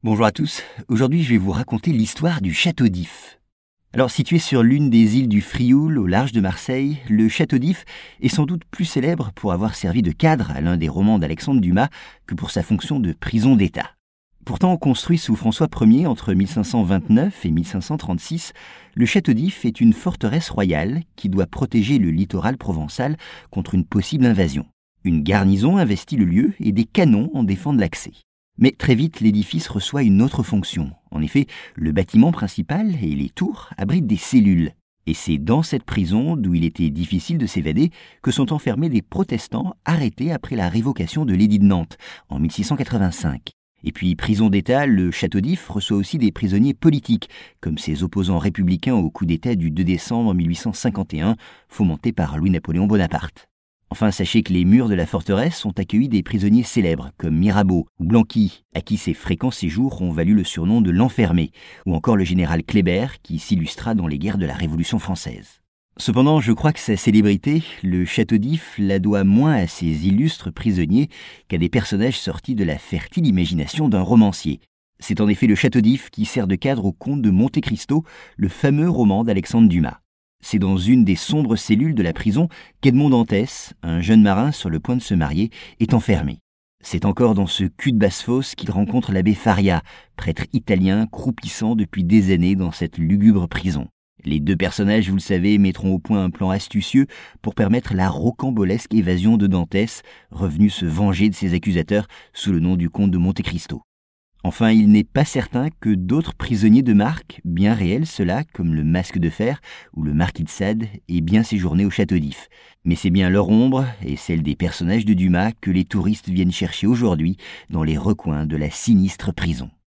Bonjour à tous, aujourd'hui je vais vous raconter l'histoire du château d'If. Alors situé sur l'une des îles du Frioul au large de Marseille, le château d'If est sans doute plus célèbre pour avoir servi de cadre à l'un des romans d'Alexandre Dumas que pour sa fonction de prison d'État. Pourtant construit sous François Ier entre 1529 et 1536, le château d'If est une forteresse royale qui doit protéger le littoral provençal contre une possible invasion. Une garnison investit le lieu et des canons en défendent l'accès. Mais très vite, l'édifice reçoit une autre fonction. En effet, le bâtiment principal et les tours abritent des cellules. Et c'est dans cette prison, d'où il était difficile de s'évader, que sont enfermés des protestants arrêtés après la révocation de l'édit de Nantes, en 1685. Et puis, prison d'État, le château d'If reçoit aussi des prisonniers politiques, comme ses opposants républicains au coup d'État du 2 décembre 1851, fomenté par Louis-Napoléon Bonaparte. Enfin, sachez que les murs de la forteresse ont accueilli des prisonniers célèbres, comme Mirabeau ou Blanqui, à qui ses fréquents séjours ont valu le surnom de l'Enfermé, ou encore le général Kléber, qui s'illustra dans les guerres de la Révolution française. Cependant, je crois que sa célébrité, le château d'If, la doit moins à ses illustres prisonniers qu'à des personnages sortis de la fertile imagination d'un romancier. C'est en effet le château d'If qui sert de cadre au Comte de Monte Cristo, le fameux roman d'Alexandre Dumas. C'est dans une des sombres cellules de la prison qu'Edmond Dantès, un jeune marin sur le point de se marier, est enfermé. C'est encore dans ce cul de basse-fosse qu'il rencontre l'abbé Faria, prêtre italien croupissant depuis des années dans cette lugubre prison. Les deux personnages, vous le savez, mettront au point un plan astucieux pour permettre la rocambolesque évasion de Dantès, revenu se venger de ses accusateurs sous le nom du comte de Monte Cristo. Enfin, il n'est pas certain que d'autres prisonniers de marque, bien réels ceux-là, comme le Masque de Fer ou le Marquis de Sade, aient bien séjourné au château d'If. Mais c'est bien leur ombre et celle des personnages de Dumas que les touristes viennent chercher aujourd'hui dans les recoins de la sinistre prison.